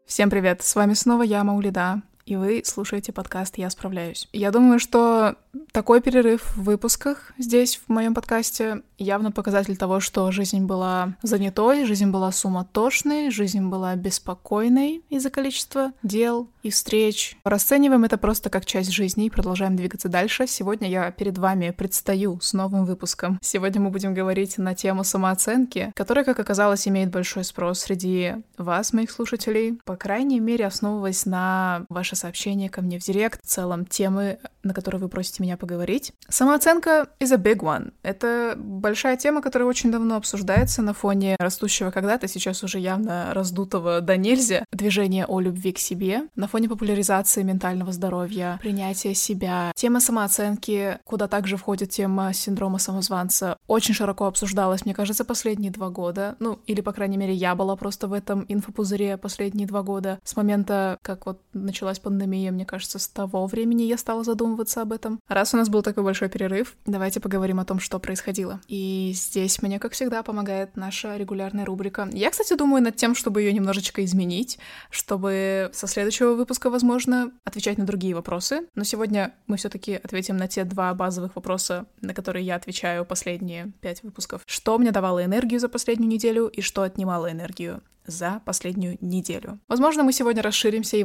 Всем привет, с вами снова я, Маулида, и вы слушаете подкаст «Я справляюсь». Я думаю, что такой перерыв в выпусках здесь, в моем подкасте, явно показатель того, что жизнь была занятой, жизнь была суматошной, жизнь была беспокойной из-за количества дел и встреч. Расцениваем это просто как часть жизни и продолжаем двигаться дальше. Сегодня я перед вами предстаю с новым выпуском. Сегодня мы будем говорить на тему самооценки, которая, как оказалось, имеет большой спрос среди вас, моих слушателей. По крайней мере, основываясь на ваши сообщения ко мне в директ, в целом темы, на которые вы просите меня поговорить. Самооценка is a big one. Это большая тема, которая очень давно обсуждается на фоне растущего когда-то, сейчас уже явно раздутого до нельзя, движения о любви к себе, на фоне популяризации ментального здоровья, принятия себя. Тема самооценки, куда также входит тема синдрома самозванца, очень широко обсуждалась, мне кажется, последние 2 года. Ну, или, по крайней мере, я была просто в этом инфопузыре последние 2 года. С момента, как вот началась пандемия, мне кажется, с того времени я стала задумываться об этом. Раз у нас был такой большой перерыв, давайте поговорим о том, что происходило. И здесь мне, как всегда, помогает наша регулярная рубрика. Я, кстати, думаю над тем, чтобы ее немножечко изменить, чтобы со следующего выпуска, возможно, отвечать на другие вопросы. Но сегодня мы все-таки ответим на те 2 базовых вопроса, на которые я отвечаю последние 5 выпусков. Что мне давало энергию за последнюю неделю и что отнимало энергию за последнюю неделю. Возможно, мы сегодня расширимся и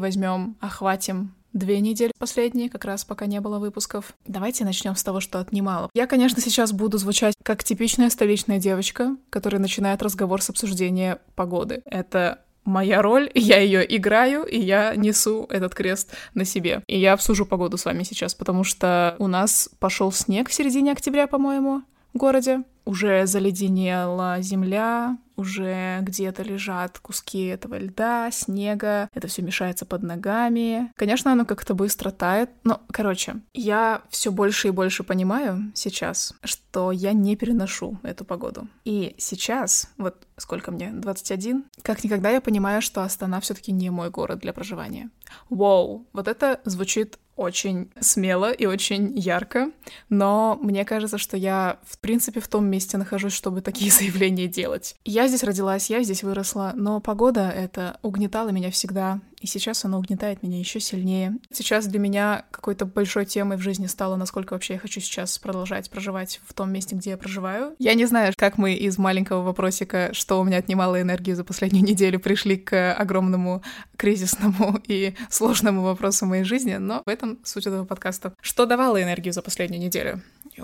охватим 2 недели последние, как раз пока не было выпусков. Давайте начнем с того, что отнимало. Я, конечно, сейчас буду звучать как типичная столичная девочка, которая начинает разговор с обсуждения погоды. Это моя роль, я ее играю, и я несу этот крест на себе. И я обсужу погоду с вами сейчас, потому что у нас пошел снег в середине октября, по-моему, в городе. Уже заледенела земля, уже где-то лежат куски этого льда, снега, это все мешается под ногами. Конечно, оно как-то быстро тает, но, короче, я все больше и больше понимаю сейчас, что я не переношу эту погоду. И сейчас, вот сколько мне, 21, как никогда я понимаю, что Астана все-таки не мой город для проживания. Вау, вот это звучит очень смело и очень ярко, но мне кажется, что я, в принципе, в том месте нахожусь, чтобы такие заявления делать. Я здесь родилась, я здесь выросла, но погода это угнетала меня всегда, и сейчас она угнетает меня еще сильнее. Сейчас для меня какой-то большой темой в жизни стало, насколько вообще я хочу сейчас продолжать проживать в том месте, где я проживаю. Я не знаю, как мы из маленького вопросика, что у меня отнимало энергию за последнюю неделю, пришли к огромному кризисному и сложному вопросу моей жизни, но в этом суть этого подкаста. Что давало энергию за последнюю неделю?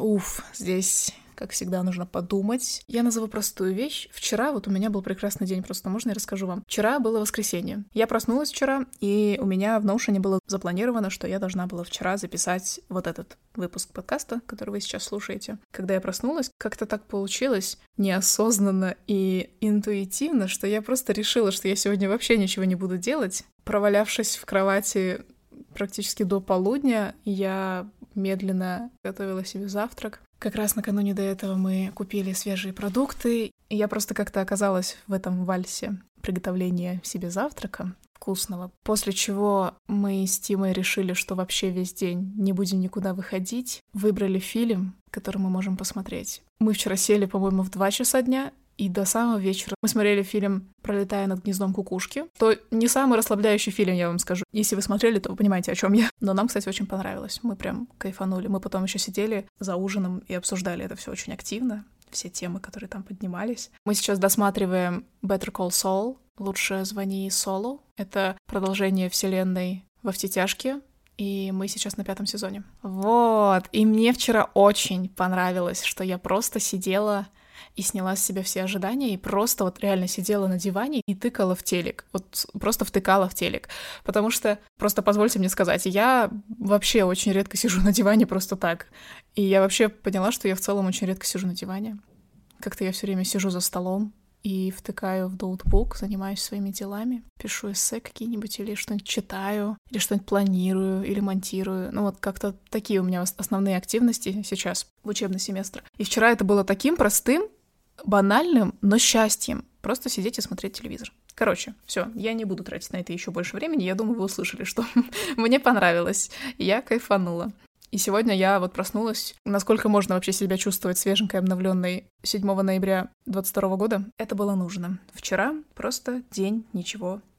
Здесь, как всегда, нужно подумать. Я назову простую вещь. Вчера вот у меня был прекрасный день, просто можно я расскажу вам. Вчера было воскресенье. Я проснулась вчера, и у меня в Notion было запланировано, что я должна была вчера записать вот этот выпуск подкаста, который вы сейчас слушаете. Когда я проснулась, как-то так получилось неосознанно и интуитивно, что я просто решила, что я сегодня вообще ничего не буду делать. Провалявшись в кровати практически до полудня, я медленно готовила себе завтрак. Как раз накануне до этого мы купили свежие продукты, и я просто как-то оказалась в этом вальсе приготовления себе завтрака вкусного. После чего мы с Тимой решили, что вообще весь день не будем никуда выходить. Выбрали фильм, который мы можем посмотреть. Мы вчера сели, по-моему, в 2 часа дня, и до самого вечера мы смотрели фильм «Пролетая над гнездом кукушки». То не самый расслабляющий фильм, я вам скажу. Если вы смотрели, то вы понимаете, о чем я. Но нам, кстати, очень понравилось. Мы прям кайфанули. Мы потом еще сидели за ужином и обсуждали это все очень активно. Все темы, которые там поднимались. Мы сейчас досматриваем Better Call Saul. «Лучше звони Солу». Это продолжение вселенной «Во все тяжкие». И мы сейчас на 5 сезоне. Вот. И мне вчера очень понравилось, что я просто сидела и сняла с себя все ожидания, и просто вот реально сидела на диване и тыкала в телек. Вот просто втыкала в телек. Потому что, просто позвольте мне сказать, я вообще очень редко сижу на диване просто так. И я вообще поняла, что я в целом очень редко сижу на диване. Как-то я все время сижу за столом и втыкаю в ноутбук, занимаюсь своими делами, пишу эссе какие-нибудь, или что-нибудь читаю, или что-нибудь планирую, или монтирую. Ну вот как-то такие у меня основные активности сейчас в учебный семестр. И вчера это было таким простым, банальным, но счастьем. Просто сидеть и смотреть телевизор. Короче, все, я не буду тратить на это еще больше времени. Я думаю, вы услышали, что мне понравилось. Я кайфанула. И сегодня я вот проснулась, насколько можно вообще себя чувствовать свеженькой, обновленной 7 ноября 2022 года. Это было нужно. Вчера просто день ничего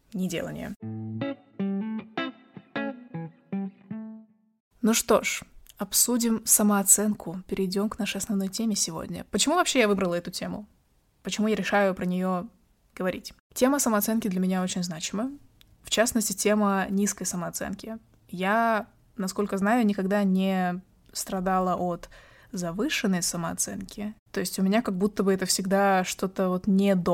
неделания. Ну что ж, обсудим самооценку, перейдем к нашей основной теме сегодня. Почему вообще я выбрала эту тему? Почему я решаю про нее говорить? Тема самооценки для меня очень значима. В частности, тема низкой самооценки. Я, насколько знаю, никогда не страдала от завышенной самооценки. То есть у меня как будто бы это всегда что-то вот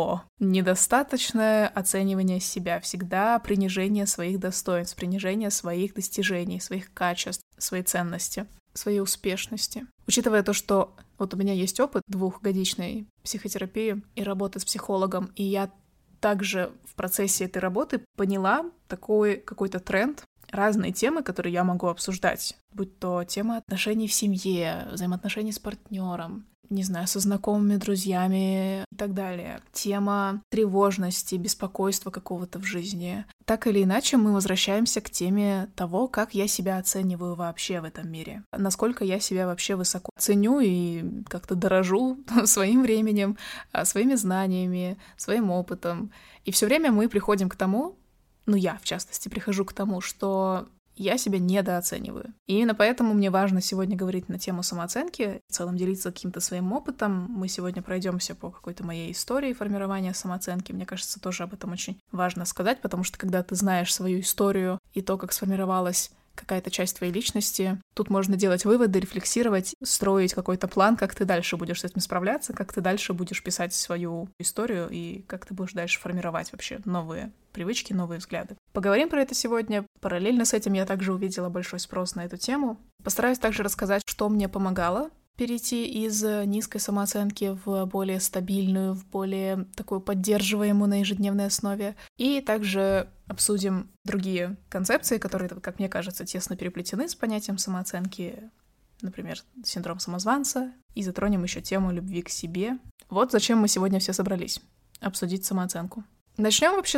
недостаточное оценивание себя, всегда принижение своих достоинств, принижение своих достижений, своих качеств, своей ценности, своей успешности. Учитывая то, что вот у меня есть опыт 2-годичной психотерапии и работы с психологом, и я также в процессе этой работы поняла такой какой-то тренд, разные темы, которые я могу обсуждать, будь то тема отношений в семье, взаимоотношений с партнером, не знаю, со знакомыми, друзьями и так далее. Тема тревожности, беспокойства какого-то в жизни. Так или иначе, мы возвращаемся к теме того, как я себя оцениваю вообще в этом мире. Насколько я себя вообще высоко ценю и как-то дорожу своим временем, своими знаниями, своим опытом. И все время мы приходим к тому, я, в частности, прихожу к тому, что я себя недооцениваю. И именно поэтому мне важно сегодня говорить на тему самооценки, в целом делиться каким-то своим опытом. Мы сегодня пройдемся по какой-то моей истории формирования самооценки. Мне кажется, тоже об этом очень важно сказать, потому что когда ты знаешь свою историю и то, как сформировалась какая-то часть твоей личности, тут можно делать выводы, рефлексировать, строить какой-то план, как ты дальше будешь с этим справляться, как ты дальше будешь писать свою историю и как ты будешь дальше формировать вообще новые привычки, новые взгляды. Поговорим про это сегодня. Параллельно с этим я также увидела большой спрос на эту тему. Постараюсь также рассказать, что мне помогало перейти из низкой самооценки в более стабильную, в более такую поддерживаемую на ежедневной основе. И также обсудим другие концепции, которые, как мне кажется, тесно переплетены с понятием самооценки, например, синдром самозванца, и затронем еще тему любви к себе. Вот зачем мы сегодня все собрались — обсудить самооценку. Начнем вообще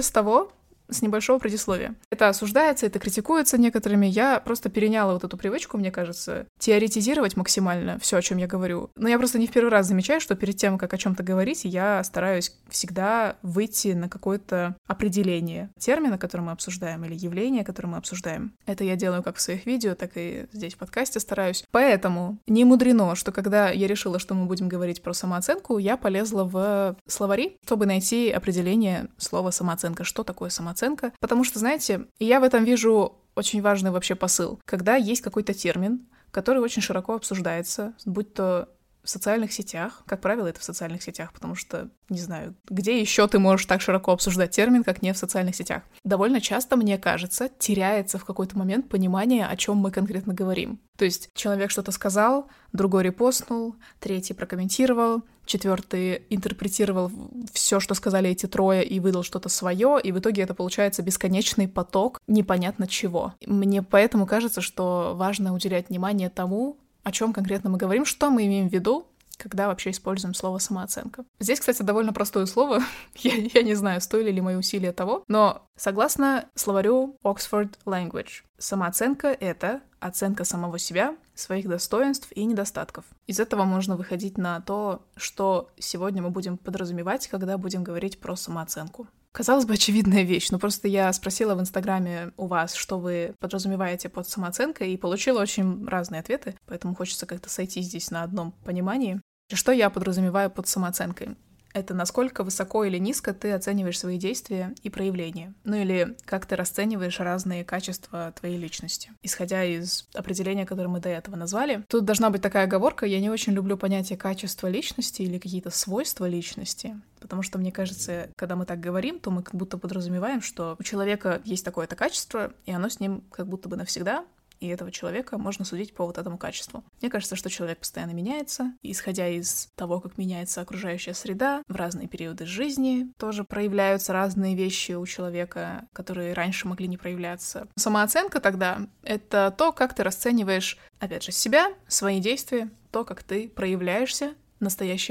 с небольшого предисловия. Это осуждается, это критикуется некоторыми. Я просто переняла вот эту привычку, мне кажется, теоретизировать максимально все, о чем я говорю. Но я просто не в первый раз замечаю, что перед тем, как о чем-то говорить, я стараюсь всегда выйти на какое-то определение термина, который мы обсуждаем, или явления, которое мы обсуждаем. Это я делаю как в своих видео, так и здесь в подкасте стараюсь. Поэтому не мудрено, что когда я решила, что мы будем говорить про самооценку, я полезла в словари, чтобы найти определение слова самооценка. Что такое самооценка? Потому что, знаете, я в этом вижу очень важный вообще посыл. Когда есть какой-то термин, который очень широко обсуждается, будь то в социальных сетях, как правило, это в социальных сетях, потому что, не знаю, где еще ты можешь так широко обсуждать термин, как не в социальных сетях. Довольно часто, мне кажется, теряется в какой-то момент понимание, о чем мы конкретно говорим. То есть человек что-то сказал, другой репостнул, третий прокомментировал, четвертый интерпретировал все, что сказали эти трое, и выдал что-то свое, и в итоге это получается бесконечный поток непонятно чего. Мне поэтому кажется, что важно уделять внимание тому, о чем конкретно мы говорим, что мы имеем в виду, когда вообще используем слово «самооценка». Здесь, кстати, довольно простое слово. Я не знаю, стоили ли мои усилия того, но согласно словарю Oxford Language, самооценка — это оценка самого себя, своих достоинств и недостатков. Из этого можно выходить на то, что сегодня мы будем подразумевать, когда будем говорить про самооценку. Казалось бы, очевидная вещь, но просто я спросила в Инстаграме у вас, что вы подразумеваете под самооценкой, и получила очень разные ответы, поэтому хочется как-то сойти здесь на одном понимании. Что я подразумеваю под самооценкой? Это насколько высоко или низко ты оцениваешь свои действия и проявления. Ну или как ты расцениваешь разные качества твоей личности. Исходя из определения, которое мы до этого назвали. Тут должна быть такая оговорка: я не очень люблю понятие качества личности или какие-то свойства личности. Потому что, мне кажется, когда мы так говорим, то мы как будто подразумеваем, что у человека есть такое-то качество, и оно с ним как будто бы навсегда, и этого человека можно судить по вот этому качеству. Мне кажется, что человек постоянно меняется, и исходя из того, как меняется окружающая среда, в разные периоды жизни тоже проявляются разные вещи у человека, которые раньше могли не проявляться. Самооценка тогда — это то, как ты расцениваешь, опять же, себя, свои действия, то, как ты проявляешься в настоящее время.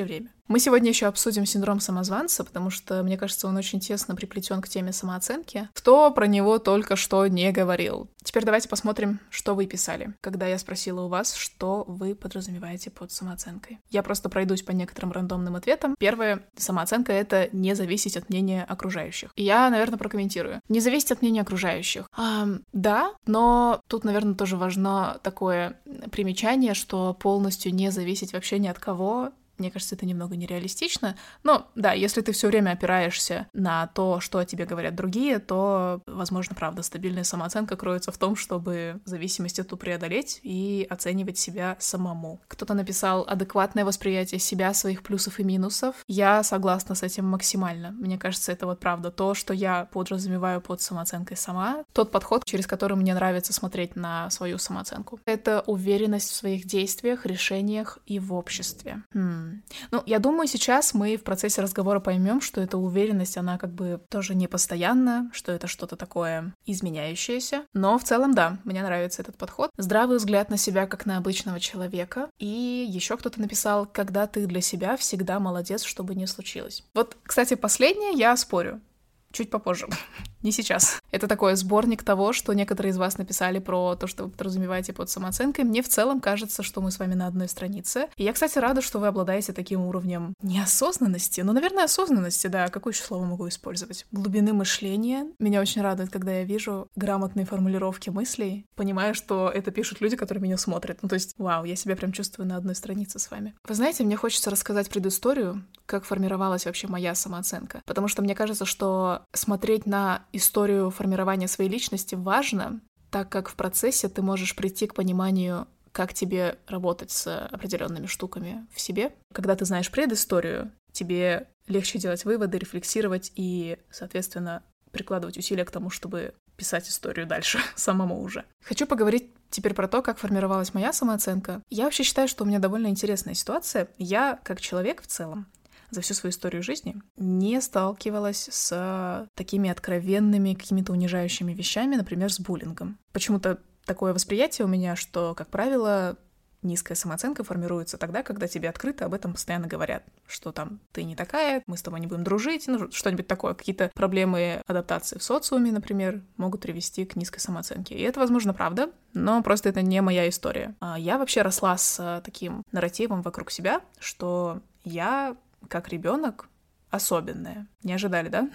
Мы сегодня еще обсудим синдром самозванца, потому что, мне кажется, он очень тесно приплетен к теме самооценки. Кто про него только что не говорил. Теперь давайте посмотрим, что вы писали, когда я спросила у вас, что вы подразумеваете под самооценкой. Я просто пройдусь по некоторым рандомным ответам. Первое, самооценка — это не зависеть от мнения окружающих. И я, наверное, прокомментирую. Не зависеть от мнения окружающих. Да, но тут, наверное, тоже важно такое примечание, что полностью не зависеть вообще ни от кого. Мне кажется, это немного нереалистично. Но да, если ты все время опираешься на то, что о тебе говорят другие, то, возможно, правда, стабильная самооценка кроется в том, чтобы зависимость эту преодолеть и оценивать себя самому. Кто-то написал адекватное восприятие себя, своих плюсов и минусов. Я согласна с этим максимально. Мне кажется, это вот правда то, что я подразумеваю под самооценкой сама. Тот подход, через который мне нравится смотреть на свою самооценку. Это уверенность в своих действиях, решениях и в обществе. Ну, я думаю, сейчас мы в процессе разговора поймем, что эта уверенность, она как бы тоже не постоянна, что это что-то такое изменяющееся. Но в целом, да, мне нравится этот подход. Здравый взгляд на себя, как на обычного человека. И еще кто-то написал, когда ты для себя всегда молодец, что бы ни случилось. Вот, кстати, последнее я спорю. Чуть попозже. Не сейчас. Это такой сборник того, что некоторые из вас написали про то, что вы подразумеваете под самооценкой. Мне в целом кажется, что мы с вами на одной странице. И я, кстати, рада, что вы обладаете таким уровнем неосознанности. Ну, наверное, осознанности, да. Какое еще слово могу использовать? Глубины мышления. Меня очень радует, когда я вижу грамотные формулировки мыслей. Понимаю, что это пишут люди, которые меня смотрят. Ну, то есть, вау, я себя прям чувствую на одной странице с вами. Вы знаете, мне хочется рассказать предысторию, как формировалась вообще моя самооценка. Потому что мне кажется, что смотреть на историю формирования своей личности важно, так как в процессе ты можешь прийти к пониманию, как тебе работать с определенными штуками в себе. Когда ты знаешь предысторию, тебе легче делать выводы, рефлексировать и, соответственно, прикладывать усилия к тому, чтобы писать историю дальше самому уже. Хочу поговорить теперь про то, как формировалась моя самооценка. Я вообще считаю, что у меня довольно интересная ситуация. Я, как человек в целом, за всю свою историю жизни не сталкивалась с такими откровенными, какими-то унижающими вещами, например, с буллингом. Почему-то такое восприятие у меня, что, как правило, низкая самооценка формируется тогда, когда тебе открыто об этом постоянно говорят, что там ты не такая, мы с тобой не будем дружить, ну что-нибудь такое. Какие-то проблемы адаптации в социуме, например, могут привести к низкой самооценке. И это, возможно, правда, но просто это не моя история. Я вообще росла с таким нарративом вокруг себя, что я как ребенок особенная. Не ожидали, да?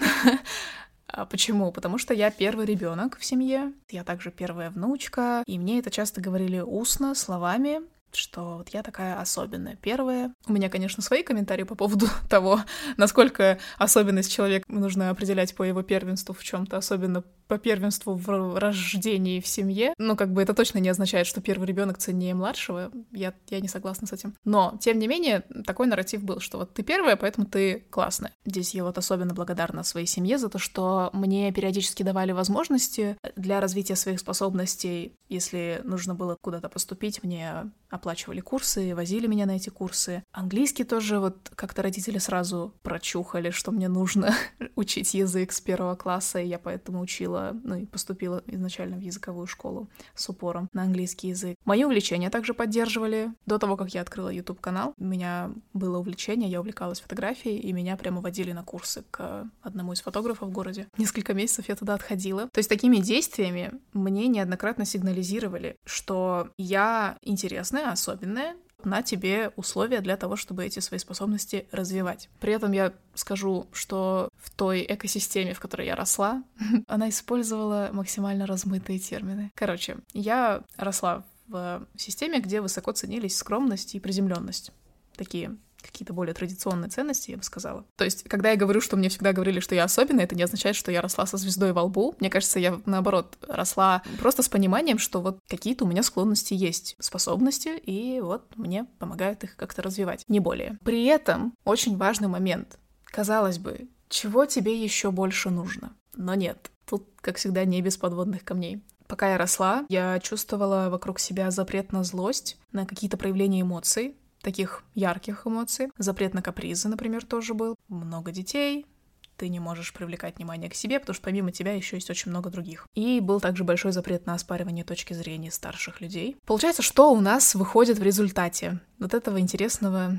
Почему? Потому что я первый ребенок в семье, я также первая внучка, и мне это часто говорили устно, словами, что вот я такая особенная, первая. У меня, конечно, свои комментарии по поводу того, насколько особенность человека нужно определять по его первенству в чем-то, особенно по первенству в рождении в семье. Ну, как бы это точно не означает, что первый ребенок ценнее младшего. Я не согласна с этим. Но, тем не менее, такой нарратив был, что вот ты первая, поэтому ты классная. Здесь я вот особенно благодарна своей семье за то, что мне периодически давали возможности для развития своих способностей. Если нужно было куда-то поступить, мне оплачивали курсы, возили меня на эти курсы. Английский тоже вот как-то родители сразу прочухали, что мне нужно учить язык с 1 класса, и я поэтому учила, ну и поступила изначально в языковую школу с упором на английский язык. Мои увлечения также поддерживали. До того, как я открыла YouTube-канал, у меня было увлечение, я увлекалась фотографией, и меня прямо водили на курсы к одному из фотографов в городе. Несколько месяцев я туда отходила. То есть такими действиями мне неоднократно сигнализировали, что я интересная, особенная, на тебе условия для того, чтобы эти свои способности развивать. При этом я скажу, что в той экосистеме, в которой я росла, она использовала максимально размытые термины. Короче, я росла в системе, где высоко ценились скромность и приземленность. Такие какие-то более традиционные ценности, я бы сказала. То есть, когда я говорю, что мне всегда говорили, что я особенная, это не означает, что я росла со звездой во лбу. Мне кажется, я, наоборот, росла просто с пониманием, что вот какие-то у меня склонности есть, способности, и вот мне помогают их как-то развивать, не более. При этом очень важный момент. Казалось бы, чего тебе еще больше нужно? Но нет, тут, как всегда, не без подводных камней. Пока я росла, я чувствовала вокруг себя запрет на злость, на какие-то проявления эмоций, таких ярких эмоций. Запрет на капризы, например, тоже был. Много детей, ты не можешь привлекать внимание к себе, потому что помимо тебя еще есть очень много других. И был также большой запрет на оспаривание точки зрения старших людей. Получается, что у нас выходит в результате вот этого интересного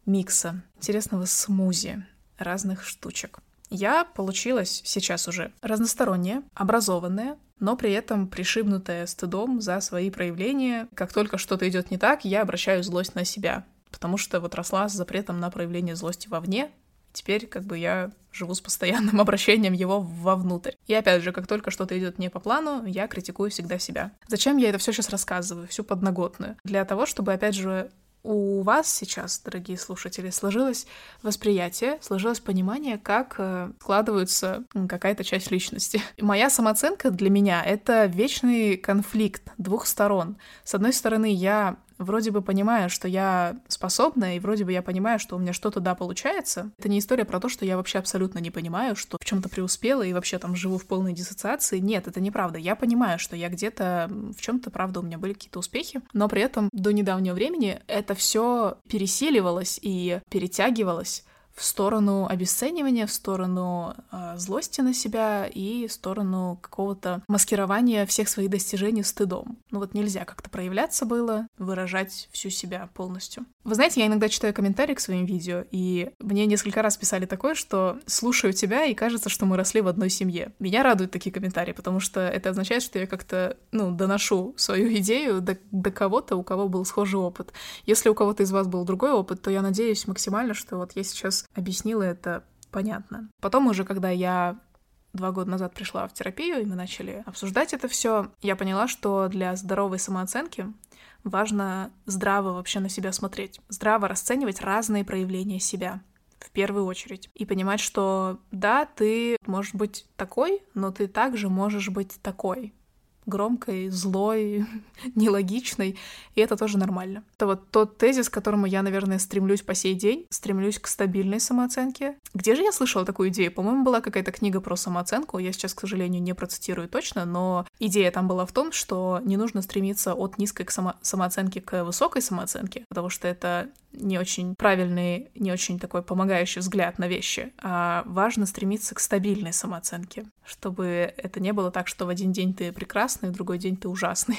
микса, интересного смузи разных штучек. Я получилась сейчас уже разносторонняя, образованная, но при этом пришибнутая стыдом за свои проявления. Как только что-то идет не так, я обращаю злость на себя, потому что вот росла с запретом на проявление злости вовне. Теперь я живу с постоянным обращением его вовнутрь. И опять же, как только что-то идет не по плану, я критикую всегда себя. Зачем я это все сейчас рассказываю, всю подноготную? Для того, чтобы, опять же, у вас сейчас, дорогие слушатели, сложилось восприятие, сложилось понимание, как складывается какая-то часть личности. Моя самооценка для меня — это вечный конфликт двух сторон. С одной стороны, я вроде бы понимаю, что я способна, и вроде бы я понимаю, что у меня что-то, да, получается. Это не история про то, что я вообще абсолютно не понимаю, что в чем-то преуспела и вообще там живу в полной диссоциации. Нет, это неправда. Я понимаю, что я где-то в чем-то, правда, у меня были какие-то успехи, но при этом до недавнего времени это все пересиливалось и перетягивалось в сторону обесценивания, в сторону злости на себя и в сторону какого-то маскирования всех своих достижений стыдом. Нельзя как-то проявляться было, выражать всю себя полностью. Вы знаете, я иногда читаю комментарии к своим видео, и мне несколько раз писали такое, что слушаю тебя, и кажется, что мы росли в одной семье. Меня радуют такие комментарии, потому что это означает, что я как-то, доношу свою идею до кого-то, у кого был схожий опыт. Если у кого-то из вас был другой опыт, то я надеюсь максимально, что я сейчас объяснила это понятно. Потом уже, когда я 2 года назад пришла в терапию, и мы начали обсуждать это все, я поняла, что для здоровой самооценки важно здраво вообще на себя смотреть, здраво расценивать разные проявления себя в первую очередь. И понимать, что да, ты можешь быть такой, но ты также можешь быть такой. Громкой, злой, нелогичной, и это тоже нормально. Это тот тезис, к которому я, наверное, стремлюсь по сей день, стремлюсь к стабильной самооценке. Где же я слышала такую идею? По-моему, была какая-то книга про самооценку, я сейчас, к сожалению, не процитирую точно, но идея там была в том, что не нужно стремиться от низкой самооценки к высокой самооценке, потому что это не очень правильный, не очень такой помогающий взгляд на вещи, а важно стремиться к стабильной самооценке, чтобы это не было так, что в один день ты прекрасный, в другой день ты ужасный.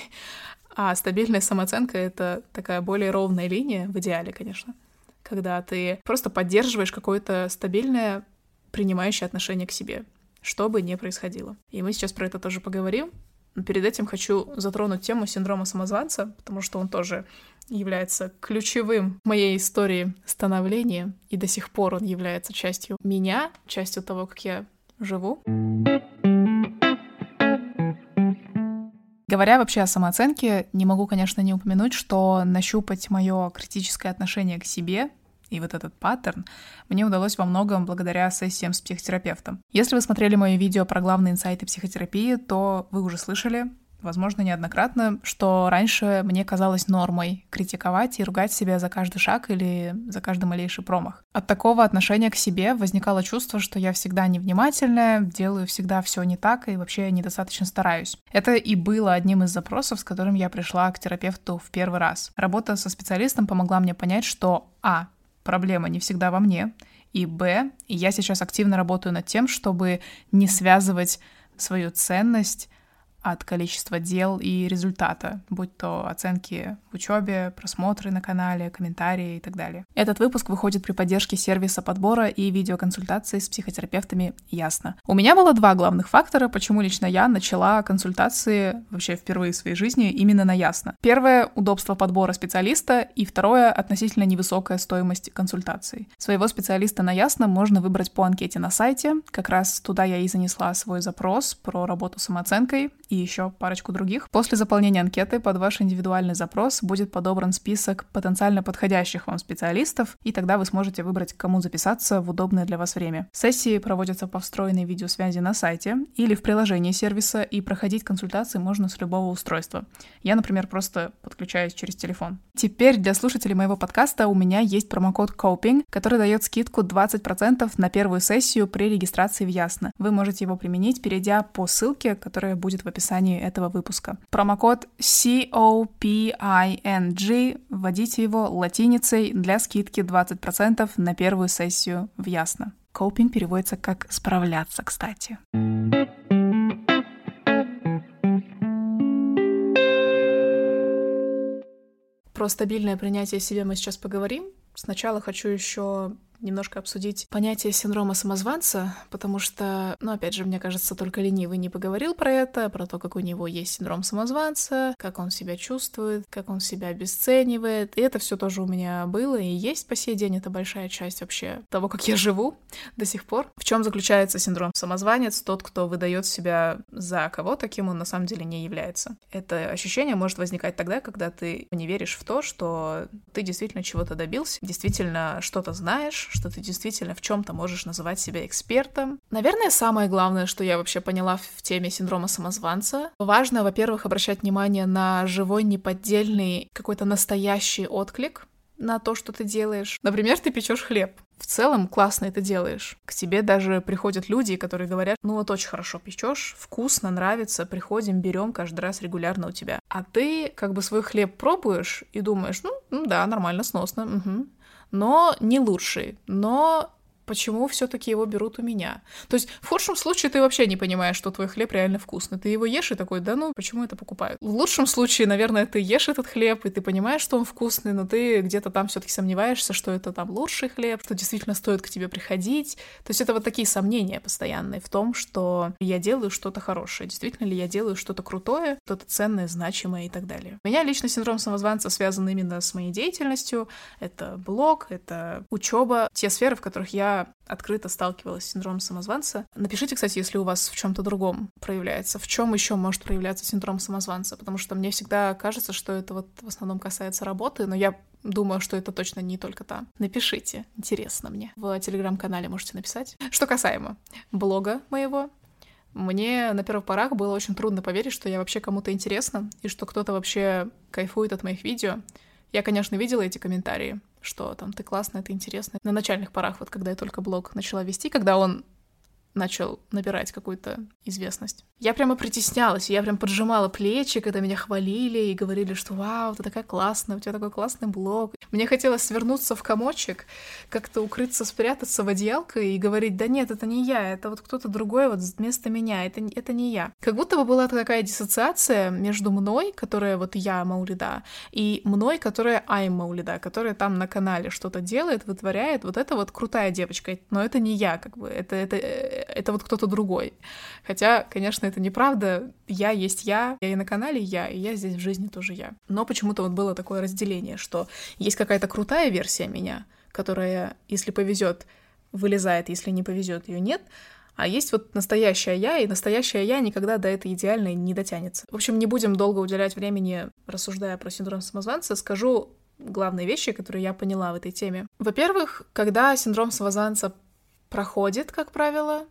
А стабильная самооценка — это такая более ровная линия, в идеале, конечно, когда ты просто поддерживаешь какое-то стабильное, принимающее отношение к себе, что бы ни происходило. И мы сейчас про это тоже поговорим. Но перед этим хочу затронуть тему синдрома самозванца, потому что он тоже является ключевым в моей истории становления, и до сих пор он является частью меня, частью того, как я живу. Говоря вообще о самооценке, не могу, конечно, не упомянуть, что нащупать мое критическое отношение к себе и этот паттерн мне удалось во многом благодаря сессиям с психотерапевтом. Если вы смотрели мое видео про главные инсайты психотерапии, то вы уже слышали, возможно, неоднократно, что раньше мне казалось нормой критиковать и ругать себя за каждый шаг или за каждый малейший промах. От такого отношения к себе возникало чувство, что я всегда невнимательная, делаю всегда все не так и вообще недостаточно стараюсь. Это и было одним из запросов, с которым я пришла к терапевту в первый раз. Работа со специалистом помогла мне понять, что проблема не всегда во мне, и я сейчас активно работаю над тем, чтобы не связывать свою ценность от количества дел и результата, будь то оценки в учебе, просмотры на канале, комментарии и так далее. Этот выпуск выходит при поддержке сервиса подбора и видеоконсультаций с психотерапевтами «Ясно». У меня было 2 главных фактора, почему лично я начала консультации вообще впервые в своей жизни именно на «Ясно». Первое — удобство подбора специалиста, и второе — относительно невысокая стоимость консультаций. Своего специалиста на «Ясно» можно выбрать по анкете на сайте. Как раз туда я и занесла свой запрос про работу с самооценкой и еще парочку других. После заполнения анкеты под ваш индивидуальный запрос будет подобран список потенциально подходящих вам специалистов, и тогда вы сможете выбрать, к кому записаться в удобное для вас время. Сессии проводятся по встроенной видеосвязи на сайте или в приложении сервиса, и проходить консультации можно с любого устройства. Я, например, просто подключаюсь через телефон. Теперь для слушателей моего подкаста у меня есть промокод COPING, который дает скидку 20% на первую сессию при регистрации в Ясно. Вы можете его применить, перейдя по ссылке, которая будет в описании этого выпуска. Промокод COPING, вводите его латиницей для скидки 20% на первую сессию в Ясно. Coping переводится как «справляться», кстати. Про стабильное принятие себя мы сейчас поговорим. сначала хочу еще немножко обсудить понятие синдрома самозванца, потому что, опять же, мне кажется, только ленивый не поговорил про это, про то, как у него есть синдром самозванца, как он себя чувствует, как он себя обесценивает. И это все тоже у меня было и есть по сей день. Это большая часть вообще того, как я живу до сих пор. В чем заключается синдром самозванец? Тот, кто выдает себя за кого-то, кем он на самом деле не является. Это ощущение может возникать тогда, когда ты не веришь в то, что ты действительно чего-то добился, действительно что-то знаешь, что ты действительно в чем-то можешь называть себя экспертом. Наверное, самое главное, что я вообще поняла в теме синдрома самозванца, важно, во-первых, обращать внимание на живой, неподдельный, какой-то настоящий отклик на то, что ты делаешь. Например, ты печешь хлеб. В целом классно это делаешь. К тебе даже приходят люди, которые говорят: вот очень хорошо печешь, вкусно, нравится, приходим, берем каждый раз регулярно у тебя. А ты как бы свой хлеб пробуешь и думаешь: да, нормально, сносно, угу. Но не лучший, но почему все-таки его берут у меня? То есть в худшем случае ты вообще не понимаешь, что твой хлеб реально вкусный. Ты его ешь и такой: почему это покупают? В лучшем случае, наверное, ты ешь этот хлеб, и ты понимаешь, что он вкусный, но ты где-то там все-таки сомневаешься, что это там лучший хлеб, что действительно стоит к тебе приходить. То есть это вот такие сомнения постоянные в том, что я делаю что-то хорошее, действительно ли я делаю что-то крутое, что-то ценное, значимое и так далее. У меня лично синдром самозванца связан именно с моей деятельностью. Это блог, это учеба, те сферы, в которых я открыто сталкивалась с синдромом самозванца. Напишите, кстати, если у вас в чем-то другом проявляется, в чем еще может проявляться синдром самозванца, потому что мне всегда кажется, что это вот в основном касается работы, но я думаю, что это точно не только там. Напишите, интересно мне. В телеграм-канале можете написать. Что касаемо блога моего, мне на первых порах было очень трудно поверить, что я вообще кому-то интересна, и что кто-то вообще кайфует от моих видео. Я, конечно, видела эти комментарии, что там ты классная, ты интересная. На начальных порах, вот когда я только блог начала вести, когда он начал набирать какую-то известность. Я прямо притеснялась, я прям поджимала плечи, когда меня хвалили и говорили, что вау, ты такая классная, у тебя такой классный блог. Мне хотелось свернуться в комочек, как-то укрыться, спрятаться в одеялко и говорить: да нет, это не я, это вот кто-то другой вот вместо меня, это не я. Как будто бы была такая диссоциация между мной, которая вот я Маулида, и мной, которая I'm Маулида, которая там на канале что-то делает, вытворяет. Вот это вот крутая девочка, но это не я, как бы, это вот кто-то другой. Хотя, конечно, это неправда. Я есть я и на канале я, и я здесь в жизни тоже я. Но почему-то вот было такое разделение, что есть какая-то крутая версия меня, которая, если повезет, вылезает, если не повезет, ее нет. А есть вот настоящая я, и настоящая я никогда до этой идеальной не дотянется. В общем, не будем долго уделять времени, рассуждая про синдром самозванца. Скажу главные вещи, которые я поняла в этой теме. Во-первых, когда синдром самозванца проходит, как правило,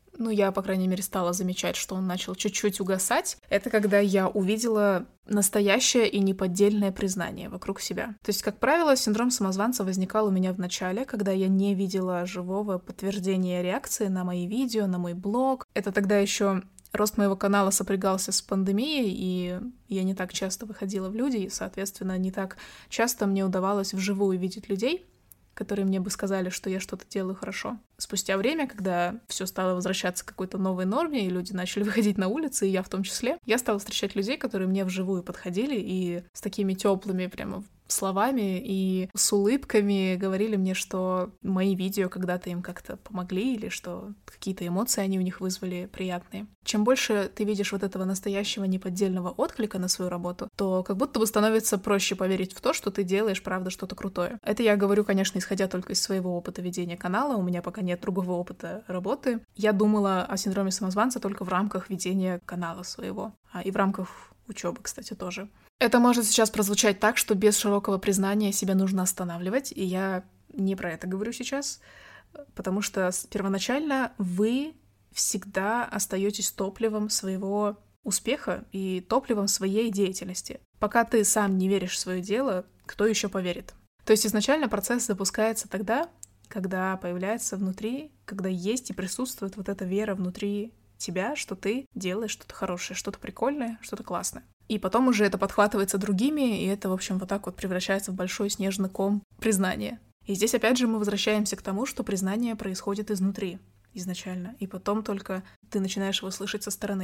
я, по крайней мере, стала замечать, что он начал чуть-чуть угасать. Это когда я увидела настоящее и неподдельное признание вокруг себя. То есть, как правило, синдром самозванца возникал у меня в начале, когда я не видела живого подтверждения реакции на мои видео, на мой блог. Это тогда еще рост моего канала сопрягался с пандемией, и я не так часто выходила в люди, и, соответственно, не так часто мне удавалось вживую видеть людей, которые мне бы сказали, что я что-то делаю хорошо. Спустя время, когда все стало возвращаться к какой-то новой норме, и люди начали выходить на улицы, и я в том числе, я стала встречать людей, которые мне вживую подходили и с такими теплыми прямо словами и с улыбками говорили мне, что мои видео когда-то им как-то помогли, или что какие-то эмоции они у них вызвали приятные. Чем больше ты видишь вот этого настоящего неподдельного отклика на свою работу, то как будто бы становится проще поверить в то, что ты делаешь, правда, что-то крутое. Это я говорю, конечно, исходя только из своего опыта ведения канала, у меня пока нет другого опыта работы. Я думала о синдроме самозванца только в рамках ведения канала своего, и в рамках учебы, кстати, тоже. Это может сейчас прозвучать так, что без широкого признания себя нужно останавливать, и я не про это говорю сейчас, потому что первоначально вы всегда остаетесь топливом своего успеха и топливом своей деятельности. Пока ты сам не веришь в свое дело, кто еще поверит? То есть изначально процесс запускается тогда, когда появляется внутри, когда есть и присутствует вот эта вера внутри тебя, что ты делаешь что-то хорошее, что-то прикольное, что-то классное. И потом уже это подхватывается другими, и это, в общем, вот так вот превращается в большой снежный ком признания. И здесь опять же мы возвращаемся к тому, что признание происходит изнутри изначально, и потом только ты начинаешь его слышать со стороны.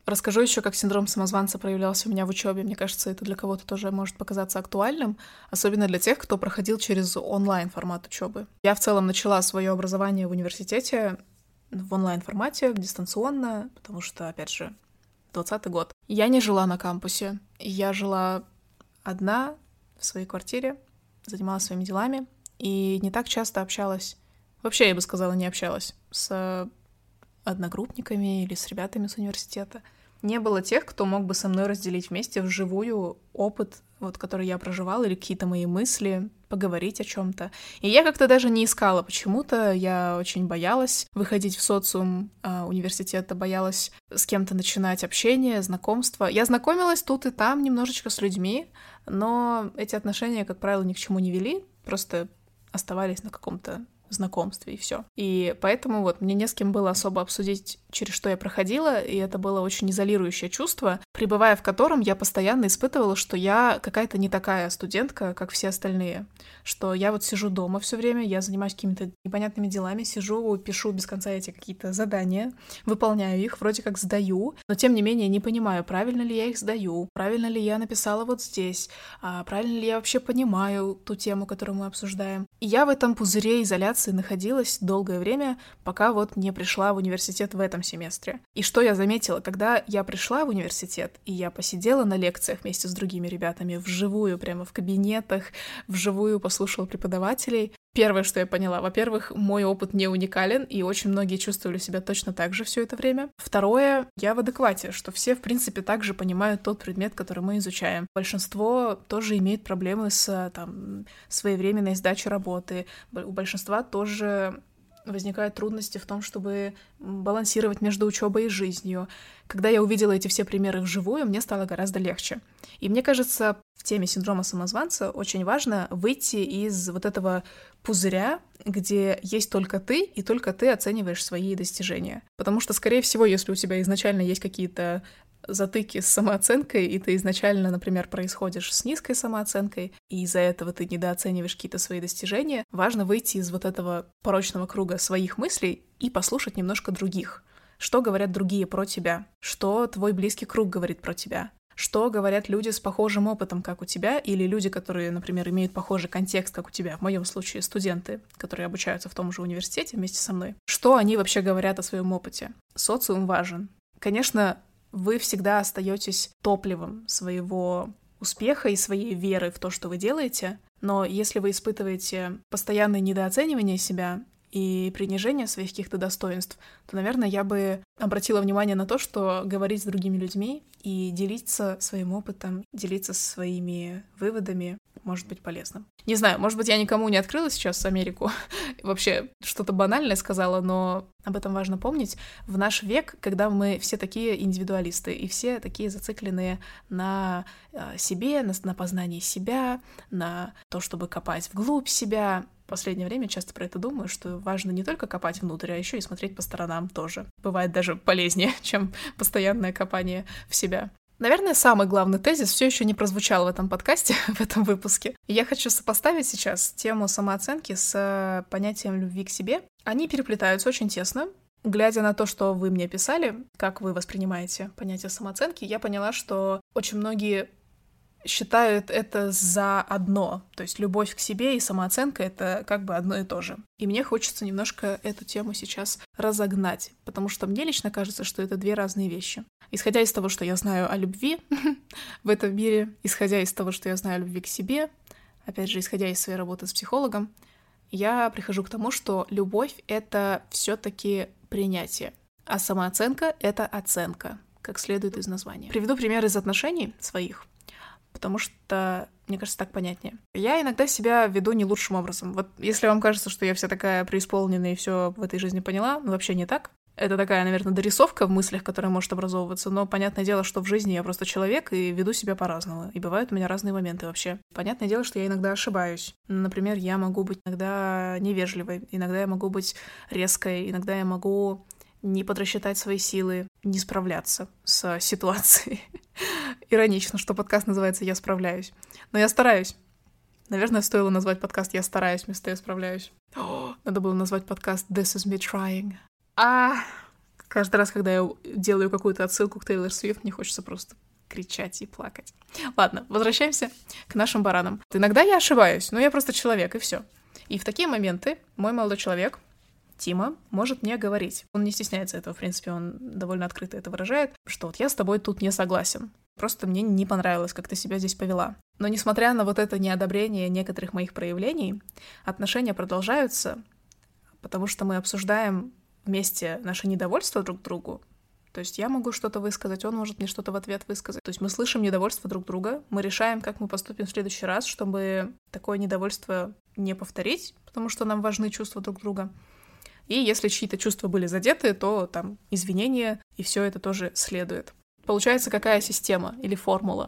Расскажу еще, как синдром самозванца проявлялся у меня в учебе. Мне кажется, это для кого-то тоже может показаться актуальным, особенно для тех, кто проходил через онлайн-формат учебы. Я в целом начала свое образование в университете в онлайн-формате, дистанционно, потому что, опять же, 20-й год. Я не жила на кампусе. Я жила одна в своей квартире, занималась своими делами и не так часто общалась. Вообще, я бы сказала, не общалась с одногруппниками или с ребятами с университета. Не было тех, кто мог бы со мной разделить вместе вживую опыт, вот, который я проживала, или какие-то мои мысли, поговорить о чем-то. И я как-то даже не искала почему-то. Я очень боялась выходить в социум университета, боялась с кем-то начинать общение, знакомство. Я знакомилась тут и там немножечко с людьми, но эти отношения, как правило, ни к чему не вели, просто оставались на каком-то знакомстве, и все. И поэтому вот мне не с кем было особо обсудить, через что я проходила, и это было очень изолирующее чувство, пребывая в котором я постоянно испытывала, что я какая-то не такая студентка, как все остальные, что я вот сижу дома все время, я занимаюсь какими-то непонятными делами, сижу, пишу без конца эти какие-то задания, выполняю их, вроде как сдаю, но тем не менее не понимаю, правильно ли я их сдаю, правильно ли я написала вот здесь, правильно ли я вообще понимаю ту тему, которую мы обсуждаем. И я в этом пузыре изоляции находилась долгое время, пока вот не пришла в университет в этом семестре. И что я заметила, когда я пришла в университет, и я посидела на лекциях вместе с другими ребятами вживую, прямо в кабинетах, вживую послушала преподавателей, первое, что я поняла, во-первых, мой опыт не уникален, и очень многие чувствовали себя точно так же все это время. Второе, я в адеквате, что все, в принципе, также понимают тот предмет, который мы изучаем. Большинство тоже имеет проблемы с своевременной сдачей работы. У большинства тоже возникают трудности в том, чтобы балансировать между учебой и жизнью. Когда я увидела эти все примеры вживую, мне стало гораздо легче. И мне кажется, в теме синдрома самозванца очень важно выйти из вот этого пузыря, где есть только ты, и только ты оцениваешь свои достижения. Потому что, скорее всего, если у тебя изначально есть какие-то затыки с самооценкой, и ты изначально, например, происходишь с низкой самооценкой, и из-за этого ты недооцениваешь какие-то свои достижения, важно выйти из вот этого порочного круга своих мыслей и послушать немножко других. Что говорят другие про тебя? Что твой близкий круг говорит про тебя? Что говорят люди с похожим опытом, как у тебя, или люди, которые, например, имеют похожий контекст, как у тебя, в моем случае студенты, которые обучаются в том же университете вместе со мной. Что они вообще говорят о своем опыте? Социум важен. Конечно, вы всегда остаетесь топливом своего успеха и своей веры в то, что вы делаете, но если вы испытываете постоянное недооценивание себя и принижение своих каких-то достоинств, то, наверное, я бы обратила внимание на то, что говорить с другими людьми и делиться своим опытом, делиться своими выводами может быть полезным. Не знаю, может быть, я никому не открыла сейчас Америку, вообще что-то банальное сказала, но об этом важно помнить. В наш век, когда мы все такие индивидуалисты и все такие зацикленные на себе, на познании себя, на то, чтобы копать вглубь себя, в последнее время часто про это думаю, что важно не только копать внутрь, а еще и смотреть по сторонам тоже. Бывает даже полезнее, чем постоянное копание в себя. Наверное, самый главный тезис все еще не прозвучал в этом подкасте, в этом выпуске. Я хочу сопоставить сейчас тему самооценки с понятием любви к себе. Они переплетаются очень тесно. Глядя на то, что вы мне писали, как вы воспринимаете понятие самооценки, я поняла, что очень многие считают это за одно. То есть любовь к себе и самооценка — это как бы одно и то же. И мне хочется немножко эту тему сейчас разогнать, потому что мне лично кажется, что это две разные вещи. Исходя из того, что я знаю о любви в этом мире, исходя из того, что я знаю о любви к себе, опять же, исходя из своей работы с психологом, я прихожу к тому, что любовь — это все-таки принятие, а самооценка — это оценка, как следует из названия. Приведу пример из отношений своих, потому что, мне кажется, так понятнее. Я иногда себя веду не лучшим образом. Вот если вам кажется, что я вся такая преисполненная и все в этой жизни поняла, ну вообще не так. Это такая, наверное, дорисовка в мыслях, которая может образовываться, но понятное дело, что в жизни я просто человек и веду себя по-разному. И бывают у меня разные моменты вообще. Понятное дело, что я иногда ошибаюсь. Например, я могу быть иногда невежливой, иногда я могу быть резкой, иногда я могу не подрасчитать свои силы, не справляться с ситуацией. Иронично, что подкаст называется «Я справляюсь». Но я стараюсь. Наверное, стоило назвать подкаст «Я стараюсь» вместо «Я справляюсь». Надо было назвать подкаст «This is me trying». Каждый раз, когда я делаю какую-то отсылку к Тейлор Свифт, мне хочется просто кричать и плакать. Ладно, возвращаемся к нашим баранам. Иногда я ошибаюсь, но я просто человек, и все. И в такие моменты мой молодой человек, Тима, может мне говорить. Он не стесняется этого, в принципе, он довольно открыто это выражает, что вот я с тобой тут не согласен. Просто мне не понравилось, как ты себя здесь повела. Но несмотря на вот это неодобрение некоторых моих проявлений, отношения продолжаются, потому что мы обсуждаем вместе наше недовольство друг к другу. То есть я могу что-то высказать, он может мне что-то в ответ высказать. То есть мы слышим недовольство друг друга, мы решаем, как мы поступим в следующий раз, чтобы такое недовольство не повторить, потому что нам важны чувства друг друга. И если чьи-то чувства были задеты, то там извинения, и все это тоже следует. Получается, какая система или формула,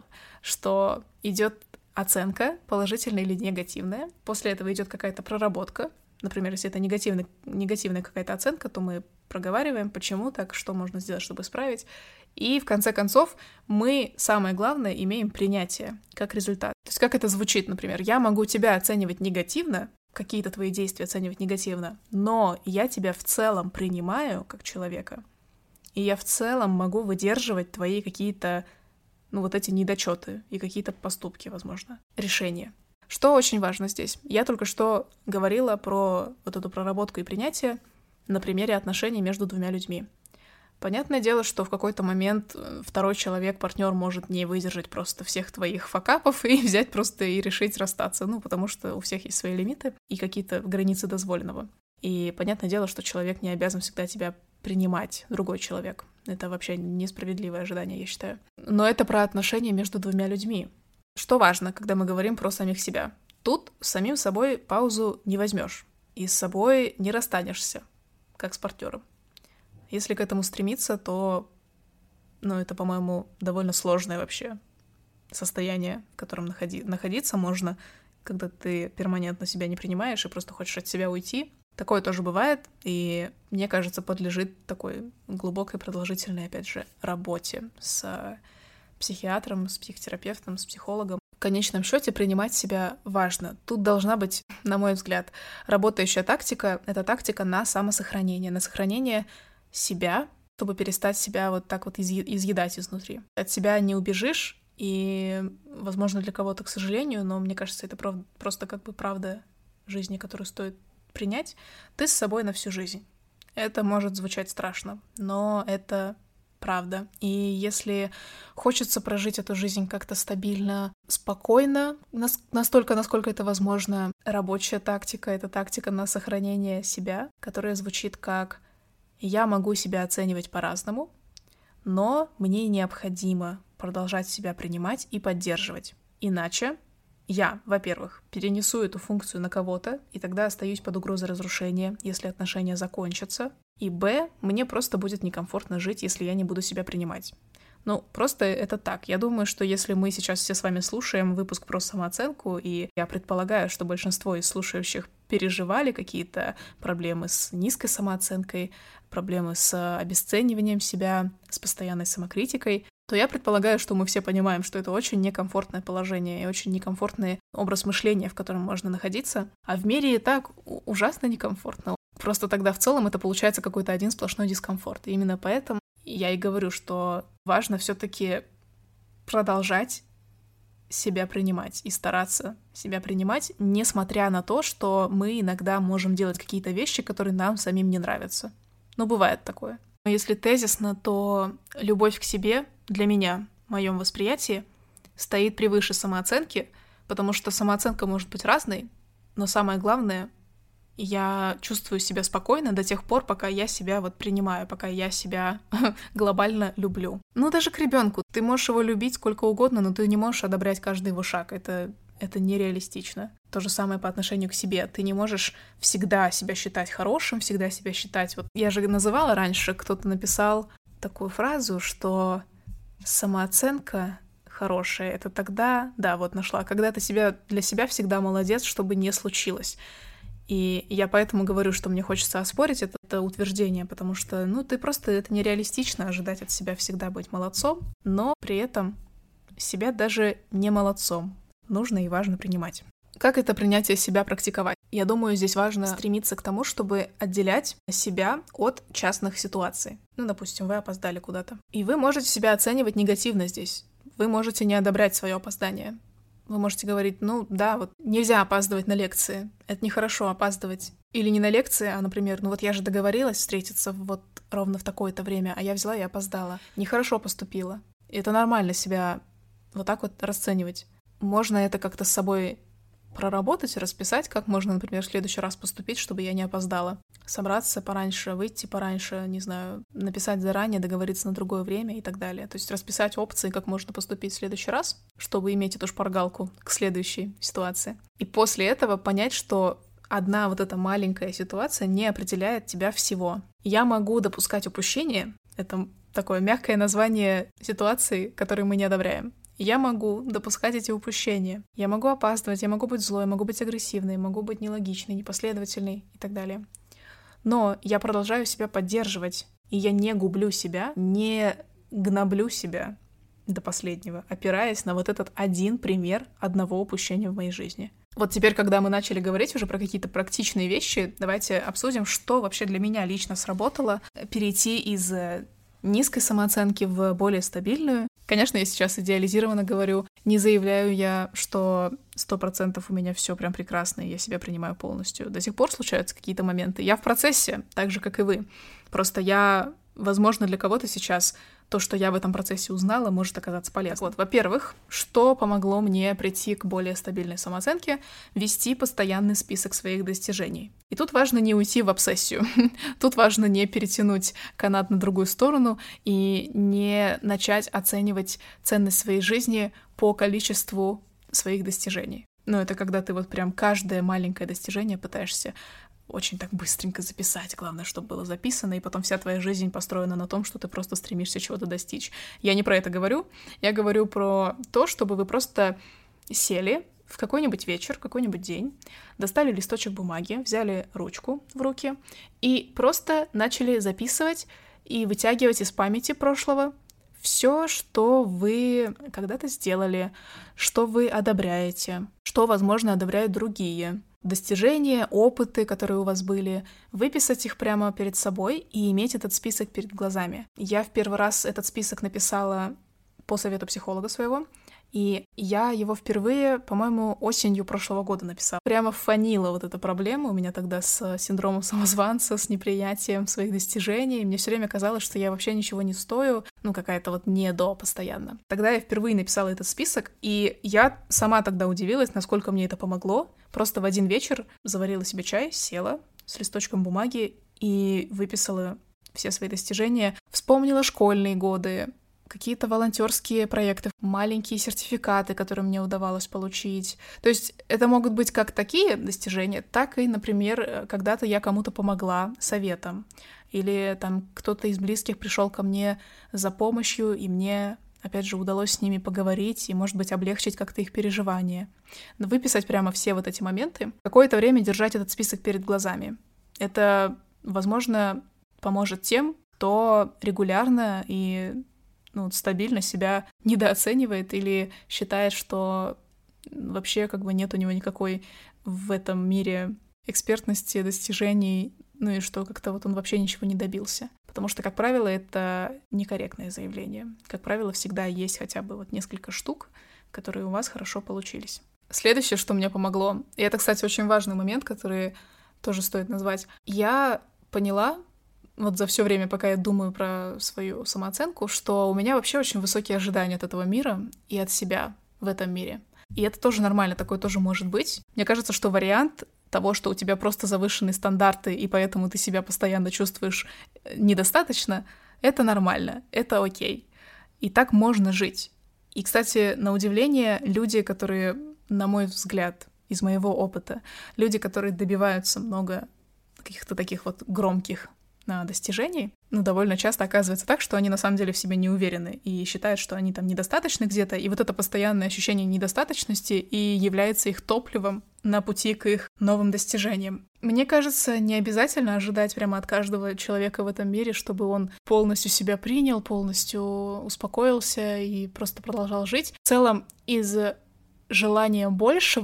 что идет оценка, положительная или негативная, после этого идет какая-то проработка. Например, если это негативная какая-то оценка, то мы проговариваем, почему так, что можно сделать, чтобы исправить. И в конце концов мы, самое главное, имеем принятие как результат. То есть как это звучит, например, я могу тебя оценивать негативно, какие-то твои действия оценивать негативно, но я тебя в целом принимаю как человека, и я в целом могу выдерживать твои какие-то, вот эти недочеты и какие-то поступки, возможно, решения. Что очень важно здесь? Я только что говорила про вот эту проработку и принятие на примере отношений между двумя людьми. Понятное дело, что в какой-то момент второй человек, партнер, может не выдержать просто всех твоих факапов и взять просто и решить расстаться, потому что у всех есть свои лимиты и какие-то границы дозволенного. И понятное дело, что человек не обязан всегда тебя принимать, другой человек. Это вообще несправедливое ожидание, я считаю. Но это про отношения между двумя людьми. Что важно, когда мы говорим про самих себя? Тут с самим собой паузу не возьмешь и с собой не расстанешься, как с партнером. Если к этому стремиться, то, это, по-моему, довольно сложное вообще состояние, в котором находиться можно, когда ты перманентно себя не принимаешь и просто хочешь от себя уйти. Такое тоже бывает, и, мне кажется, подлежит такой глубокой, продолжительной, опять же, работе с психиатром, с психотерапевтом, с психологом. В конечном счете принимать себя важно. Тут должна быть, на мой взгляд, работающая тактика. Это тактика на самосохранение, на сохранение себя, чтобы перестать себя вот так вот изъедать изнутри. От себя не убежишь, и, возможно, для кого-то, к сожалению, но мне кажется, это просто как бы правда жизни, которую стоит принять. Ты с собой на всю жизнь. Это может звучать страшно, но это правда. И если хочется прожить эту жизнь как-то стабильно, спокойно, настолько, насколько это возможно, рабочая тактика — это тактика на сохранение себя, которая звучит как «я могу себя оценивать по-разному, но мне необходимо продолжать себя принимать и поддерживать. Иначе я, во-первых, перенесу эту функцию на кого-то, и тогда остаюсь под угрозой разрушения, если отношения закончатся. И б, мне просто будет некомфортно жить, если я не буду себя принимать». Просто это так. Я думаю, что если мы сейчас все с вами слушаем выпуск про самооценку, и я предполагаю, что большинство из слушающих переживали какие-то проблемы с низкой самооценкой, проблемы с обесцениванием себя, с постоянной самокритикой, то я предполагаю, что мы все понимаем, что это очень некомфортное положение и очень некомфортный образ мышления, в котором можно находиться. А в мире и так ужасно некомфортно. Просто тогда в целом это получается какой-то один сплошной дискомфорт. И именно поэтому я и говорю, что важно все-таки продолжать себя принимать и стараться себя принимать, несмотря на то, что мы иногда можем делать какие-то вещи, которые нам самим не нравятся. Бывает такое. Но если тезисно, то любовь к себе для меня, в моем восприятии, стоит превыше самооценки, потому что самооценка может быть разной, но самое главное, я чувствую себя спокойно до тех пор, пока я себя принимаю, пока я себя глобально люблю. Даже к ребенку. Ты можешь его любить сколько угодно, но ты не можешь одобрять каждый его шаг. Это нереалистично. То же самое по отношению к себе. Ты не можешь всегда себя считать хорошим, всегда себя считать... Я же называла раньше, кто-то написал такую фразу, что самооценка хорошая — это тогда... нашла. Когда ты для себя всегда молодец, чтобы не случилось. И я поэтому говорю, что мне хочется оспорить это утверждение, потому что, это нереалистично ожидать от себя всегда быть молодцом, но при этом себя даже не молодцом нужно и важно принимать. Как это принятие себя практиковать? Я думаю, здесь важно стремиться к тому, чтобы отделять себя от частных ситуаций. Ну, допустим, вы опоздали куда-то. И вы можете себя оценивать негативно здесь. Вы можете не одобрять свое опоздание. Вы можете говорить, ну да, вот нельзя опаздывать на лекции. Это нехорошо опаздывать. Или не на лекции, а, например, ну вот я же договорилась встретиться вот ровно в такое-то время, а я взяла и опоздала. Нехорошо поступила. И это нормально себя вот так вот расценивать. Можно это как-то с собой проработать, расписать, как можно, например, в следующий раз поступить, чтобы я не опоздала. Собраться пораньше, выйти пораньше, не знаю, написать заранее, договориться на другое время и так далее. То есть расписать опции, как можно поступить в следующий раз, чтобы иметь эту шпаргалку к следующей ситуации. И после этого понять, что одна вот эта маленькая ситуация не определяет тебя всего. Я могу допускать упущения, это такое мягкое название ситуации, которые мы не одобряем. Я могу допускать эти упущения. Я могу опаздывать, я могу быть злой, я могу быть агрессивной, могу быть нелогичной, непоследовательной и так далее. Но я продолжаю себя поддерживать, и я не гублю себя, не гноблю себя до последнего, опираясь на вот этот один пример одного упущения в моей жизни. Вот теперь, когда мы начали говорить уже про какие-то практичные вещи, давайте обсудим, что вообще для меня лично сработало перейти из низкой самооценки в более стабильную. Конечно, я сейчас идеализированно говорю, не заявляю я, что 100% у меня все прям прекрасно, и я себя принимаю полностью. До сих пор случаются какие-то моменты. Я в процессе, так же, как и вы. Просто возможно, для кого-то сейчас то, что я в этом процессе узнала, может оказаться полезным. Так вот, во-первых, что помогло мне прийти к более стабильной самооценке? Вести постоянный список своих достижений. И тут важно не уйти в обсессию. Тут важно не перетянуть канат на другую сторону и не начать оценивать ценность своей жизни по количеству своих достижений. Ну, это когда ты вот прям каждое маленькое достижение пытаешься очень так быстренько записать. Главное, чтобы было записано, и потом вся твоя жизнь построена на том, что ты просто стремишься чего-то достичь. Я не про это говорю. Я говорю про то, чтобы вы просто сели в какой-нибудь вечер, какой-нибудь день, достали листочек бумаги, взяли ручку в руки и просто начали записывать и вытягивать из памяти прошлого все, что вы когда-то сделали, что вы одобряете, что, возможно, одобряют другие. Достижения, опыты, которые у вас были, выписать их прямо перед собой и иметь этот список перед глазами. Я в первый раз этот список написала по совету психолога своего, и я его впервые, по-моему, осенью прошлого года написала. Прямо фанила вот эта проблема у меня тогда с синдромом самозванца, с неприятием своих достижений. Мне все время казалось, что я вообще ничего не стою, какая-то вот недо постоянно. Тогда я впервые написала этот список, и я сама тогда удивилась, насколько мне это помогло. Просто в один вечер заварила себе чай, села с листочком бумаги и выписала все свои достижения. Вспомнила школьные годы, какие-то волонтерские проекты, маленькие сертификаты, которые мне удавалось получить. То есть это могут быть как такие достижения, так и, например, когда-то я кому-то помогла советом. Или там кто-то из близких пришел ко мне за помощью, и мне, опять же, удалось с ними поговорить и, может быть, облегчить как-то их переживания. Выписать прямо все вот эти моменты. Какое-то время держать этот список перед глазами. Это, возможно, поможет тем, кто регулярно и стабильно себя недооценивает или считает, что вообще нет у него никакой в этом мире экспертности, достижений, и что как-то он вообще ничего не добился. Потому что, как правило, это некорректное заявление. Как правило, всегда есть хотя бы несколько штук, которые у вас хорошо получились. Следующее, что мне помогло, и это, кстати, очень важный момент, который тоже стоит назвать, я поняла, за все время, пока я думаю про свою самооценку, что у меня вообще очень высокие ожидания от этого мира и от себя в этом мире. И это тоже нормально, такое тоже может быть. Мне кажется, что вариант того, что у тебя просто завышенные стандарты, и поэтому ты себя постоянно чувствуешь недостаточно, это нормально, это окей. И так можно жить. И, кстати, на удивление, люди, которые, на мой взгляд, из моего опыта, люди, которые добиваются много каких-то таких громких достижений, довольно часто оказывается так, что они на самом деле в себе не уверены и считают, что они там недостаточны где-то, и вот это постоянное ощущение недостаточности и является их топливом на пути к их новым достижениям. Мне кажется, не обязательно ожидать прямо от каждого человека в этом мире, чтобы он полностью себя принял, полностью успокоился и просто продолжал жить. В целом, из желания большего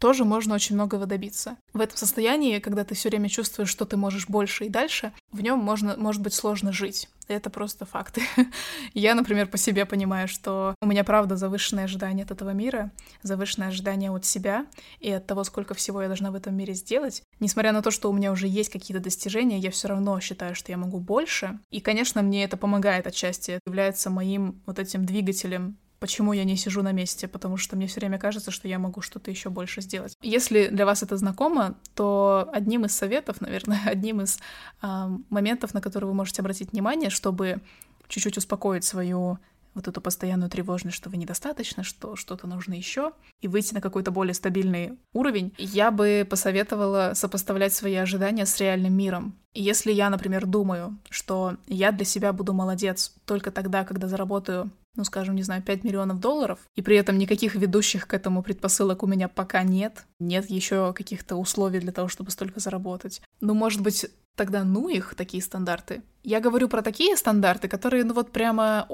тоже можно очень многого добиться. В этом состоянии, когда ты все время чувствуешь, что ты можешь больше и дальше, в нем может быть сложно жить. Это просто факты. Я, например, по себе понимаю, что у меня, правда, завышенные ожидания от этого мира, завышенные ожидания от себя и от того, сколько всего я должна в этом мире сделать. Несмотря на то, что у меня уже есть какие-то достижения, я все равно считаю, что я могу больше. И, конечно, мне это помогает отчасти, является моим вот этим двигателем. Почему я не сижу на месте? Потому что мне все время кажется, что я могу что-то еще больше сделать. Если для вас это знакомо, то одним из советов, наверное, одним из моментов, на которые вы можете обратить внимание, чтобы чуть-чуть успокоить свою вот эту постоянную тревожность, что вы недостаточно, что что-то нужно еще, и выйти на какой-то более стабильный уровень, я бы посоветовала сопоставлять свои ожидания с реальным миром. И если я, например, думаю, что я для себя буду молодец только тогда, когда заработаю, скажем, не знаю, 5 миллионов долларов, и при этом никаких ведущих к этому предпосылок у меня пока нет еще каких-то условий для того, чтобы столько заработать. Может быть, тогда их, такие стандарты. Я говорю про такие стандарты, которые, прямо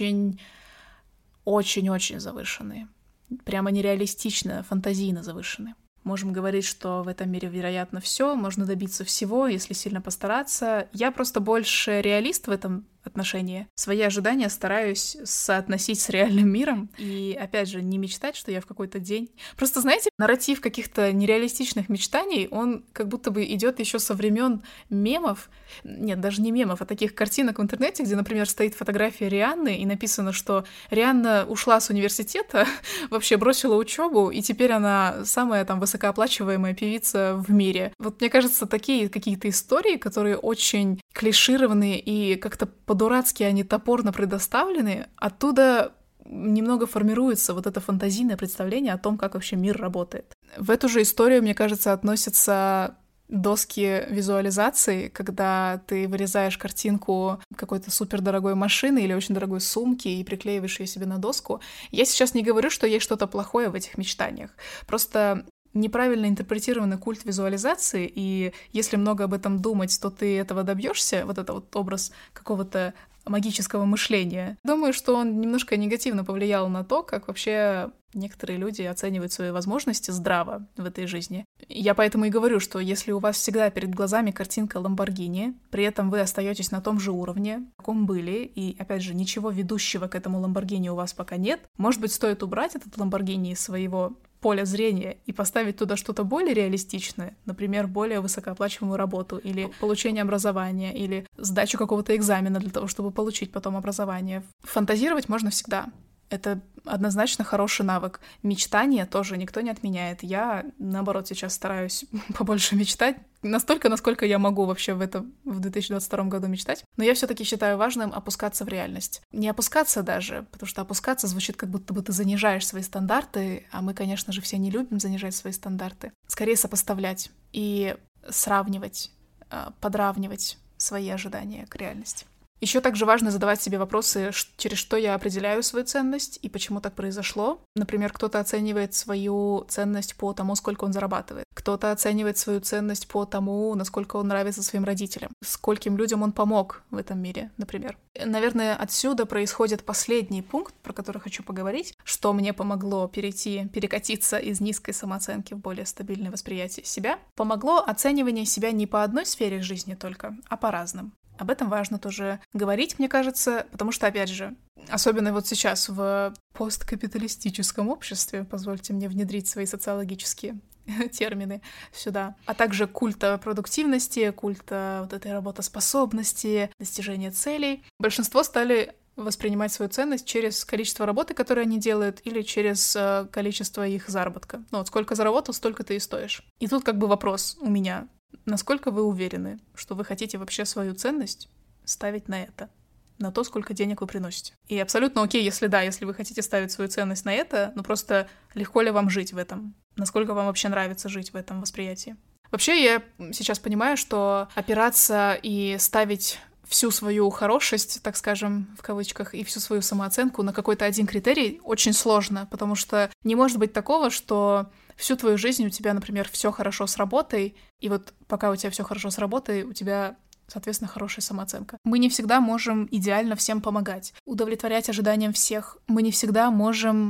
очень-очень-очень завышенные. Прямо нереалистично, фантазийно завышенные. Можем говорить, что в этом мире, вероятно, все, можно добиться всего, если сильно постараться. Я просто больше реалист в этом отношении. Свои ожидания стараюсь соотносить с реальным миром. И, опять же, не мечтать, что я в какой-то день... Просто, знаете, нарратив каких-то нереалистичных мечтаний, он как будто бы идет еще со времен мемов. Нет, даже не мемов, а таких картинок в интернете, где, например, стоит фотография Рианны, и написано, что Рианна ушла с университета, вообще бросила учебу, и теперь она самая высокооплачиваемая певица в мире. Вот мне кажется, такие какие-то истории, которые очень клишированные и как-то по-дурацки они топорно предоставлены, оттуда немного формируется вот это фантазийное представление о том, как вообще мир работает. В эту же историю, мне кажется, относятся доски визуализации, когда ты вырезаешь картинку какой-то супердорогой машины или очень дорогой сумки и приклеиваешь ее себе на доску. Я сейчас не говорю, что есть что-то плохое в этих мечтаниях. Просто неправильно интерпретированный культ визуализации, и если много об этом думать, то ты этого добьешься, вот это вот образ какого-то магического мышления. Думаю, что он немножко негативно повлиял на то, как вообще некоторые люди оценивают свои возможности здраво в этой жизни. Я поэтому и говорю, что если у вас всегда перед глазами картинка Ламборгини, при этом вы остаетесь на том же уровне, каком были, и, опять же, ничего ведущего к этому Ламборгини у вас пока нет, может быть, стоит убрать этот Ламборгини из своего поля зрения и поставить туда что-то более реалистичное, например, более высокооплачиваемую работу или получение образования, или сдачу какого-то экзамена для того, чтобы получить потом образование. Фантазировать можно всегда. Это однозначно хороший навык. Мечтание тоже никто не отменяет. Я, наоборот, сейчас стараюсь побольше мечтать. Настолько, насколько я могу вообще в 2022 году мечтать. Но я все-таки считаю важным опускаться в реальность. Не опускаться даже, потому что опускаться звучит, как будто бы ты занижаешь свои стандарты, а мы, конечно же, все не любим занижать свои стандарты. Скорее сопоставлять и сравнивать, подравнивать свои ожидания к реальности. Еще также важно задавать себе вопросы, через что я определяю свою ценность и почему так произошло. Например, кто-то оценивает свою ценность по тому, сколько он зарабатывает. Кто-то оценивает свою ценность по тому, насколько он нравится своим родителям. Скольким людям он помог в этом мире, например. Наверное, отсюда происходит последний пункт, про который хочу поговорить, что мне помогло перекатиться из низкой самооценки в более стабильное восприятие себя. Помогло оценивание себя не по одной сфере жизни только, а по разным. Об этом важно тоже говорить, мне кажется, потому что, опять же, особенно вот сейчас в посткапиталистическом обществе, позвольте мне внедрить свои социологические термины сюда, а также культа продуктивности, культа вот этой работоспособности, достижения целей, большинство стали воспринимать свою ценность через количество работы, которую они делают, или через количество их заработка. Сколько заработал, столько ты и стоишь. И тут вопрос у меня. Насколько вы уверены, что вы хотите вообще свою ценность ставить на это? На то, сколько денег вы приносите? И абсолютно окей, если вы хотите ставить свою ценность на это, просто легко ли вам жить в этом? Насколько вам вообще нравится жить в этом восприятии? Вообще, я сейчас понимаю, что опираться и ставить всю свою хорошесть, так скажем, в кавычках, и всю свою самооценку на какой-то один критерий очень сложно, потому что не может быть такого, что всю твою жизнь у тебя, например, все хорошо с работой, и вот пока у тебя все хорошо с работой, у тебя, соответственно, хорошая самооценка. Мы не всегда можем идеально всем помогать, удовлетворять ожиданиям всех. Мы не всегда можем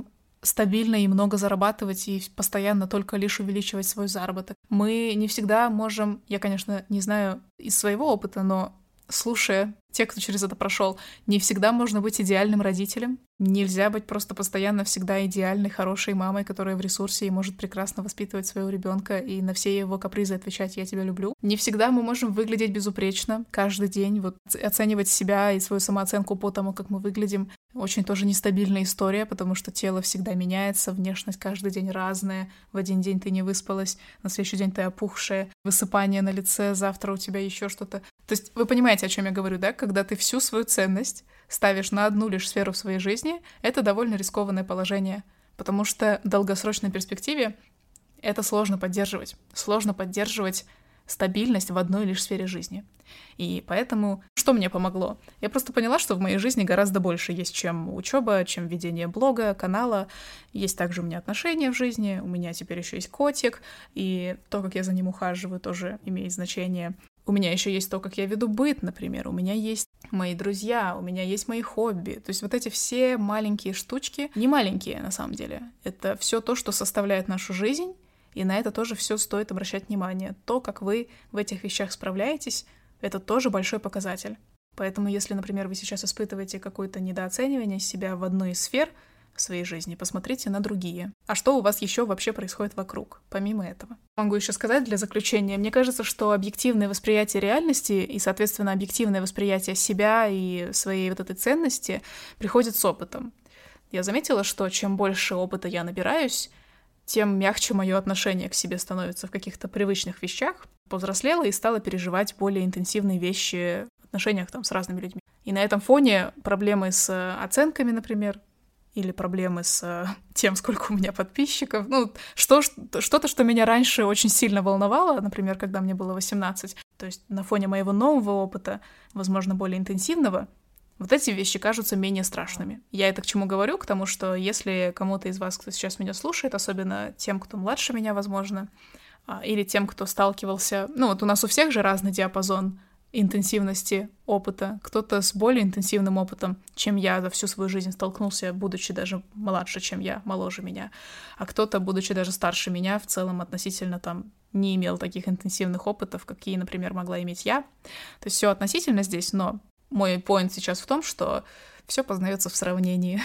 стабильно и много зарабатывать и постоянно только лишь увеличивать свой заработок. Мы не всегда можем, я, конечно, не знаю из своего опыта, но слушая тех, кто через это прошел, не всегда можно быть идеальным родителем. Нельзя быть просто постоянно всегда идеальной, хорошей мамой, которая в ресурсе и может прекрасно воспитывать своего ребенка и на все его капризы отвечать «я тебя люблю». Не всегда мы можем выглядеть безупречно каждый день, вот оценивать себя и свою самооценку по тому, как мы выглядим. Очень тоже нестабильная история, потому что тело всегда меняется, внешность каждый день разная. В один день ты не выспалась, на следующий день ты опухшая, высыпание на лице, завтра у тебя еще что-то. То есть вы понимаете, о чем я говорю, да? Когда ты всю свою ценность ставишь на одну лишь сферу в своей жизни, это довольно рискованное положение, потому что в долгосрочной перспективе это сложно поддерживать. Сложно поддерживать стабильность в одной лишь сфере жизни. И поэтому что мне помогло? Я просто поняла, что в моей жизни гораздо больше есть, чем учеба, чем ведение блога, канала. Есть также у меня отношения в жизни, у меня теперь еще есть котик, и то, как я за ним ухаживаю, тоже имеет значение. У меня еще есть то, как я веду быт, например. У меня есть мои друзья, у меня есть мои хобби. То есть вот эти все маленькие штучки, не маленькие на самом деле, это все то, что составляет нашу жизнь, и на это тоже все стоит обращать внимание. То, как вы в этих вещах справляетесь, это тоже большой показатель. Поэтому если, например, вы сейчас испытываете какое-то недооценивание себя в одной из сфер в своей жизни, посмотрите на другие. А что у вас еще вообще происходит вокруг, помимо этого? Могу еще сказать для заключения. Мне кажется, что объективное восприятие реальности и, соответственно, объективное восприятие себя и своей вот этой ценности приходит с опытом. Я заметила, что чем больше опыта я набираюсь, тем мягче мое отношение к себе становится в каких-то привычных вещах. Повзрослела и стала переживать более интенсивные вещи в отношениях там с разными людьми. И на этом фоне проблемы с оценками, например, или проблемы с тем, сколько у меня подписчиков. Ну, что-то, что меня раньше очень сильно волновало, например, когда мне было 18. То есть на фоне моего нового опыта, возможно, более интенсивного, вот эти вещи кажутся менее страшными. Я это к чему говорю? К тому, что если кому-то из вас, кто сейчас меня слушает, особенно тем, кто младше меня, возможно, или тем, кто сталкивался... Ну, вот у нас у всех же разный диапазон интенсивности опыта. Кто-то с более интенсивным опытом, чем я за всю свою жизнь столкнулся, будучи даже младше, чем я, моложе меня. А кто-то, будучи даже старше меня, в целом относительно там не имел таких интенсивных опытов, какие, например, могла иметь я. То есть все относительно здесь, но мой поинт сейчас в том, что все познается в сравнении.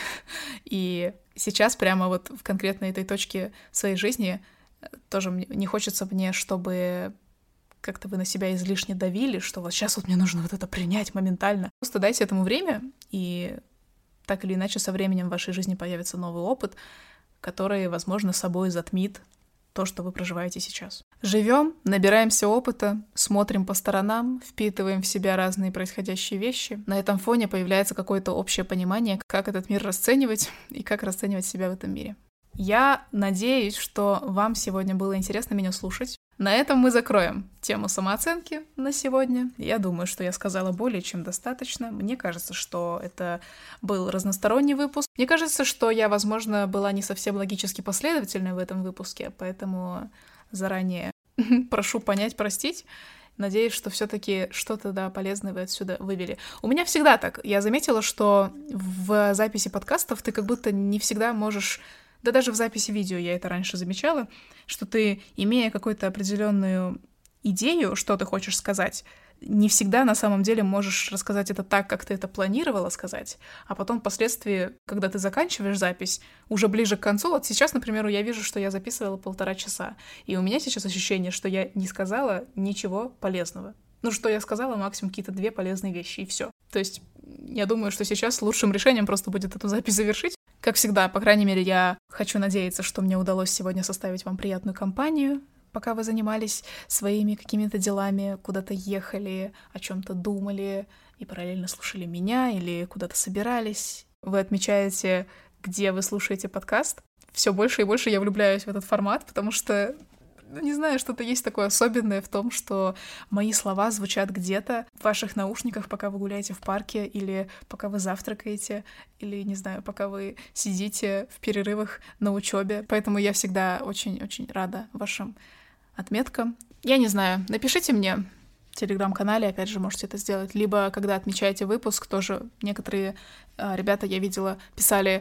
И сейчас прямо вот в конкретно этой точке своей жизни тоже не хочется мне, чтобы как-то вы на себя излишне давили, что вот сейчас вот мне нужно вот это принять моментально. Просто дайте этому время, и так или иначе со временем в вашей жизни появится новый опыт, который, возможно, собой затмит то, что вы проживаете сейчас. Живем, набираемся опыта, смотрим по сторонам, впитываем в себя разные происходящие вещи. На этом фоне появляется какое-то общее понимание, как этот мир расценивать и как расценивать себя в этом мире. Я надеюсь, что вам сегодня было интересно меня слушать. На этом мы закроем тему самооценки на сегодня. Я думаю, что я сказала более чем достаточно. Мне кажется, что это был разносторонний выпуск. Мне кажется, что я, возможно, была не совсем логически последовательной в этом выпуске, поэтому заранее прошу понять, простить. Надеюсь, что все-таки что-то полезное вы отсюда вывели. У меня всегда так. Я заметила, что в записи подкастов ты как будто не всегда можешь... Да даже в записи видео я это раньше замечала, что ты, имея какую-то определенную идею, что ты хочешь сказать, не всегда на самом деле можешь рассказать это так, как ты это планировала сказать, а потом впоследствии, когда ты заканчиваешь запись, уже ближе к концу, вот сейчас, например, я вижу, что я записывала 1,5 часа, и у меня сейчас ощущение, что я не сказала ничего полезного. Ну, что я сказала, максимум какие-то 2 полезные вещи, и все. То есть я думаю, что сейчас лучшим решением просто будет эту запись завершить. Как всегда, по крайней мере, я хочу надеяться, что мне удалось сегодня составить вам приятную компанию, пока вы занимались своими какими-то делами, куда-то ехали, о чем-то думали и параллельно слушали меня или куда-то собирались. Вы отмечаете, где вы слушаете подкаст. Все больше и больше я влюбляюсь в этот формат, потому что не знаю, что-то есть такое особенное в том, что мои слова звучат где-то в ваших наушниках, пока вы гуляете в парке, или пока вы завтракаете, или, не знаю, пока вы сидите в перерывах на учебе. Поэтому я всегда очень-очень рада вашим отметкам. Я не знаю, напишите мне в Телеграм-канале, опять же, можете это сделать, либо когда отмечаете выпуск, тоже некоторые ребята, я видела, писали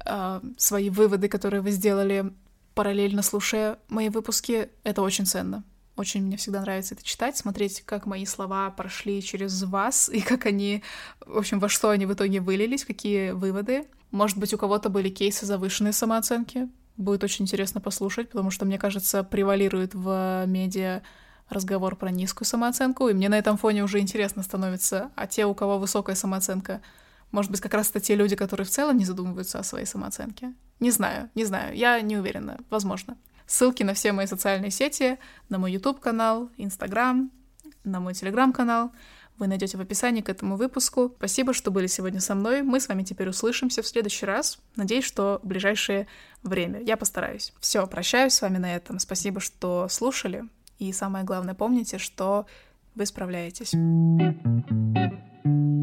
свои выводы, которые вы сделали, параллельно слушая мои выпуски. Это очень ценно. Очень мне всегда нравится это читать, смотреть, как мои слова прошли через вас, и как они, в общем, во что они в итоге вылились, какие выводы. Может быть, у кого-то были кейсы завышенной самооценки. Будет очень интересно послушать, потому что, мне кажется, превалирует в медиа разговор про низкую самооценку, и мне на этом фоне уже интересно становится. А те, у кого высокая самооценка, может быть, как раз-то те люди, которые в целом не задумываются о своей самооценке? Не знаю, я не уверена, возможно. Ссылки на все мои социальные сети, на мой YouTube-канал, Instagram, на мой Telegram-канал вы найдете в описании к этому выпуску. Спасибо, что были сегодня со мной. Мы с вами теперь услышимся в следующий раз. Надеюсь, что в ближайшее время. Я постараюсь. Все, прощаюсь с вами на этом. Спасибо, что слушали. И самое главное, помните, что вы справляетесь.